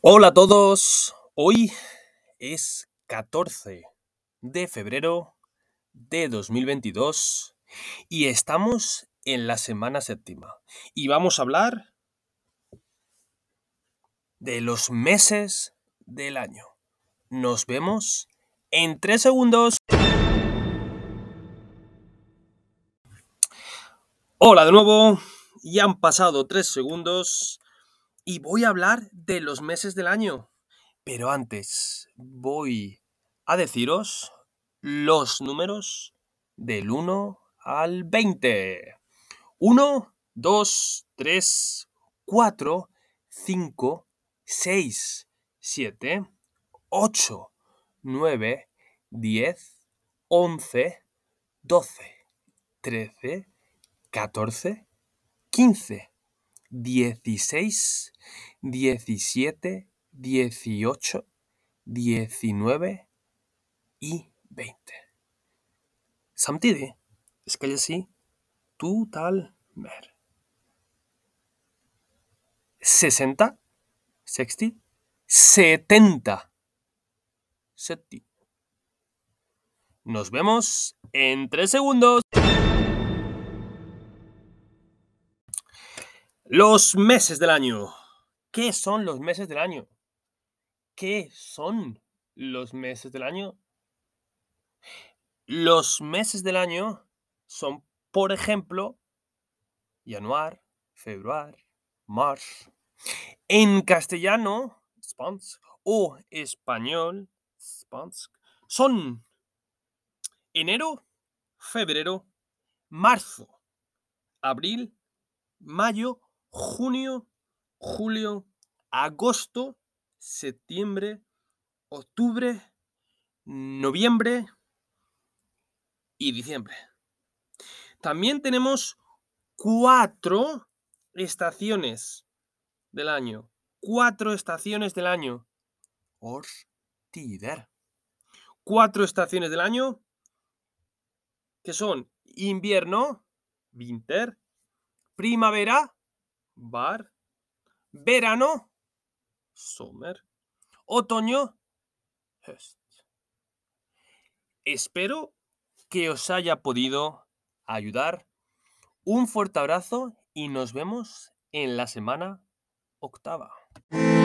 Hola a todos, hoy es 14 de febrero de 2022 y estamos en la semana séptima y vamos a hablar de los meses del año. Nos vemos en 3 segundos. Hola de nuevo, ya han pasado 3 segundos y voy a hablar de los meses del año. Pero antes voy a deciros los números del 1 al 20. 1, 2, 3, 4, 5, 6, 7, 8, 9, 10, 11, 12, 13, 14, 15, 16, 17, 18, 19 y 20. Samtidigt skal jeg si total mer. 60, 60, 70, 70. Nos vemos en 3 segundos. Los meses del año. ¿Qué son los meses del año? ¿Qué son los meses del año? Los meses del año son, por ejemplo, januar, februar, març. En castellano, spansk, o español, spansk, son enero, febrero, marzo, abril, mayo, junio, julio, agosto, septiembre, octubre, noviembre y diciembre. También tenemos 4 estaciones del año. 4 estaciones del año. Årstider. 4 estaciones del año que son invierno, vinter, primavera, var, verano, sommer, otoño, höst. Espero que os haya podido ayudar. Un fuerte abrazo y nos vemos en la semana octava.